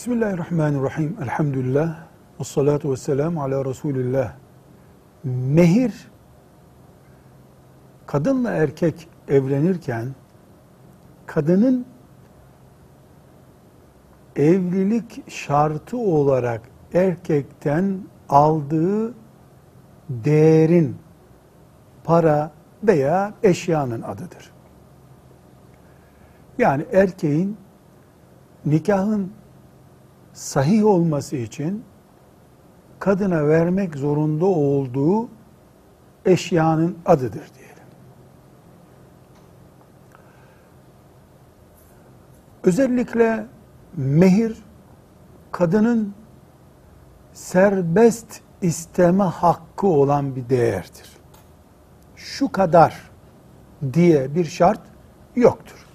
Bismillahirrahmanirrahim. Elhamdülillah. Vessalatu vesselamu ala Resulillah. Mehir, kadınla erkek evlenirken, kadının evlilik şartı olarak erkekten aldığı değerin, para veya eşyanın adıdır. Yani erkeğin nikahın sahih olması için kadına vermek zorunda olduğu eşyanın adıdır diyelim. Özellikle mehir, kadının serbest isteme hakkı olan bir değerdir. Şu kadar diye bir şart yoktur.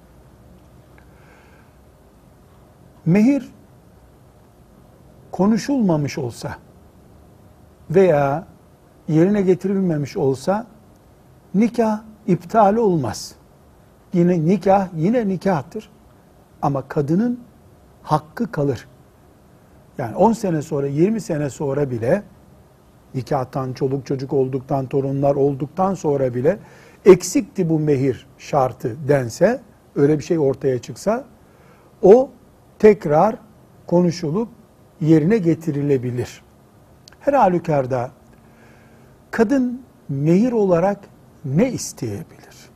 Mehir konuşulmamış olsa veya yerine getirilmemiş olsa nikah iptal olmaz. Yine nikahtır. Ama kadının hakkı kalır. Yani 10 sene sonra, 20 sene sonra bile nikahtan, çoluk çocuk olduktan, torunlar olduktan sonra bile eksikti bu mehir şartı dense, öyle bir şey ortaya çıksa, o tekrar konuşulup yerine getirilebilir. Her halükarda kadın mehir olarak ne isteyebilir?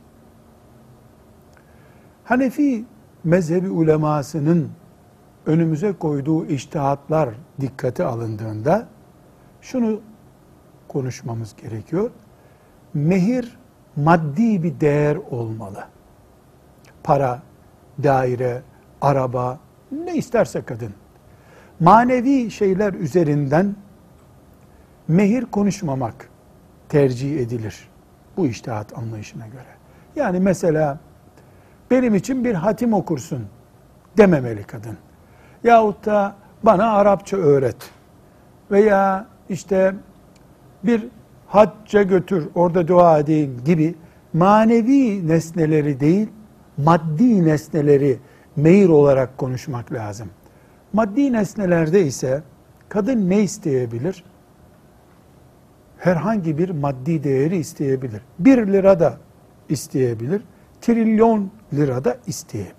Hanefi mezhebi ulemasının önümüze koyduğu içtihatlar dikkate alındığında şunu konuşmamız gerekiyor. Mehir maddi bir değer olmalı. Para, daire, araba, ne isterse kadın. Manevi şeyler üzerinden mehir konuşmamak tercih edilir bu içtihat anlayışına göre. Yani mesela benim için bir hatim okursun dememeli kadın. Yahut da bana Arapça öğret veya işte bir hacca götür, orada dua edeyim gibi manevi nesneleri değil, maddi nesneleri mehir olarak konuşmak lazım. Maddi nesnelerde ise kadın ne isteyebilir? Herhangi bir maddi değeri isteyebilir. 1 lira da isteyebilir, trilyon lira da isteyebilir.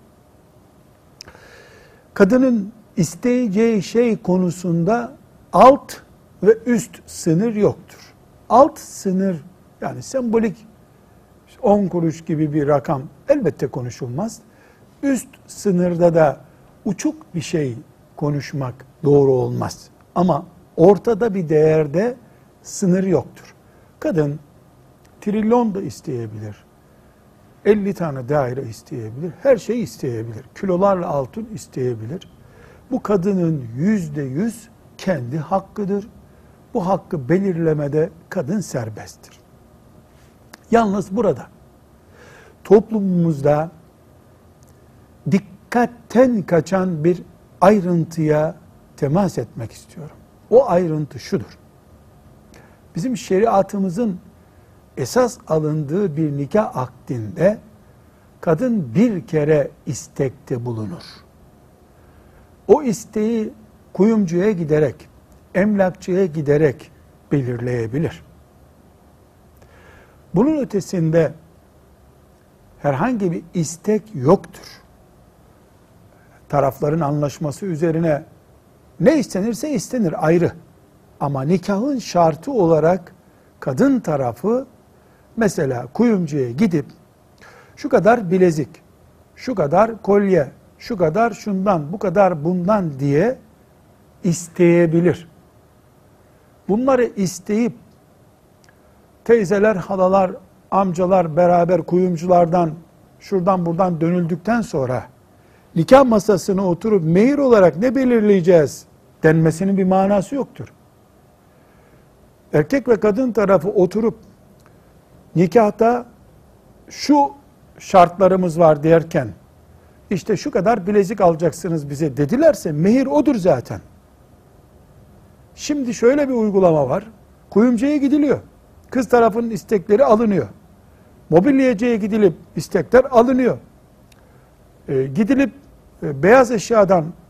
Kadının isteyeceği şey konusunda alt ve üst sınır yoktur. Alt sınır, yani sembolik 10 kuruş gibi bir rakam elbette konuşulmaz. Üst sınırda da uçuk bir şey konuşmak doğru olmaz. Ama ortada bir değerde sınır yoktur. Kadın trilyon da isteyebilir. 50 tane daire isteyebilir. Her şeyi isteyebilir. Kilolarla altın isteyebilir. Bu kadının %100 kendi hakkıdır. Bu hakkı belirlemede kadın serbesttir. Yalnız burada toplumumuzda dikkatten kaçan bir ayrıntıya temas etmek istiyorum. O ayrıntı şudur. Bizim şeriatımızın esas alındığı bir nikah akdinde kadın bir kere istekte bulunur. O isteği kuyumcuya giderek, emlakçıya giderek belirleyebilir. Bunun ötesinde herhangi bir istek yoktur. Tarafların anlaşması üzerine ne istenirse istenir ayrı. Ama nikahın şartı olarak kadın tarafı mesela kuyumcuya gidip şu kadar bilezik, şu kadar kolye, şu kadar şundan, bu kadar bundan diye isteyebilir. Bunları isteyip teyzeler, halalar, amcalar beraber kuyumculardan şuradan buradan dönüldükten sonra nikah masasına oturup mehir olarak ne belirleyeceğiz denmesinin bir manası yoktur. Erkek ve kadın tarafı oturup nikahta şu şartlarımız var derken işte şu kadar bilezik alacaksınız bize dedilerse mehir odur zaten. Şimdi şöyle bir uygulama var. Kuyumcuya gidiliyor. Kız tarafının istekleri alınıyor. Mobilyacıya gidilip istekler alınıyor. Gidilip beyaz eşyadan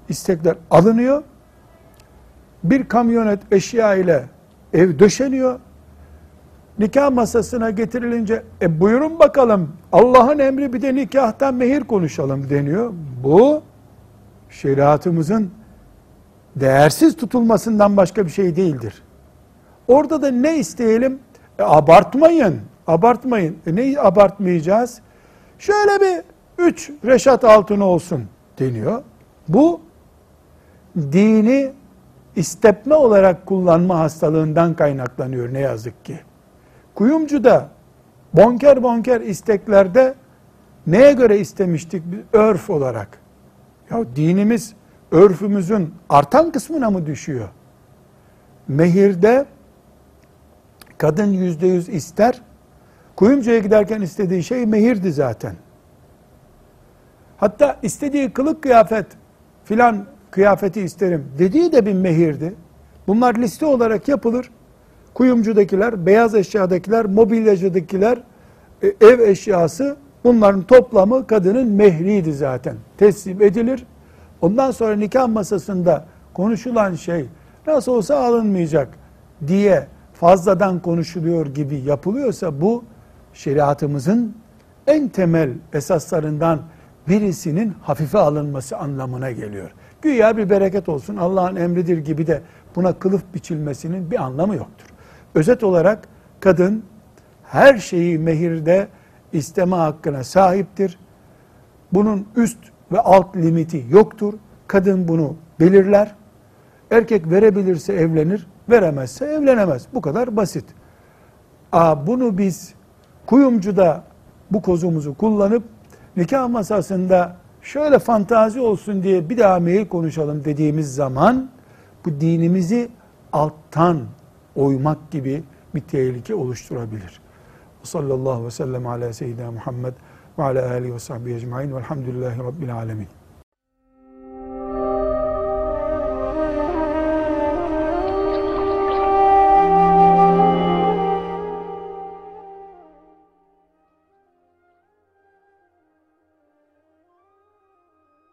istekler alınıyor. Bir kamyonet eşya ile ev döşeniyor. Nikah masasına getirilince buyurun bakalım Allah'ın emri bir de nikahtan mehir konuşalım deniyor. Bu şeriatımızın değersiz tutulmasından başka bir şey değildir. Orada da ne isteyelim? Abartmayın. Abartmayın. Neyi abartmayacağız? Şöyle bir 3 reşat altın olsun deniyor. Bu dini istepme olarak kullanma hastalığından kaynaklanıyor ne yazık ki. Kuyumcuda bonker isteklerde neye göre istemiştik? Örf olarak. Ya dinimiz örfümüzün artan kısmına mı düşüyor? Mehirde kadın %100 ister. Kuyumcuya giderken istediği şey mehirdi zaten. Hatta istediği kılık kıyafet filan kıyafeti isterim dediği de bir mehirdi. Bunlar liste olarak yapılır. Kuyumcudakiler, beyaz eşyadakiler, mobilyacıdakiler, ev eşyası bunların toplamı kadının mehriydi zaten. Teslim edilir. Ondan sonra nikah masasında konuşulan şey nasıl olsa alınmayacak diye fazladan konuşuluyor gibi yapılıyorsa bu şeriatımızın en temel esaslarından birisinin hafife alınması anlamına geliyor. Güya bir bereket olsun, Allah'ın emridir gibi de buna kılıf biçilmesinin bir anlamı yoktur. Özet olarak kadın her şeyi mehirde isteme hakkına sahiptir. Bunun üst ve alt limiti yoktur. Kadın bunu belirler. Erkek verebilirse evlenir, veremezse evlenemez. Bu kadar basit. Bunu biz kuyumcuda bu kozumuzu kullanıp nikah masasında şöyle fantazi olsun diye bir daha mehir konuşalım dediğimiz zaman bu dinimizi alttan oymak gibi bir tehlike oluşturabilir. Sallallahu aleyhi ve sellem ala seyyidina Muhammed ve ala alihi ve sahbihi ecmaîn velhamdülillahi rabbil alemin.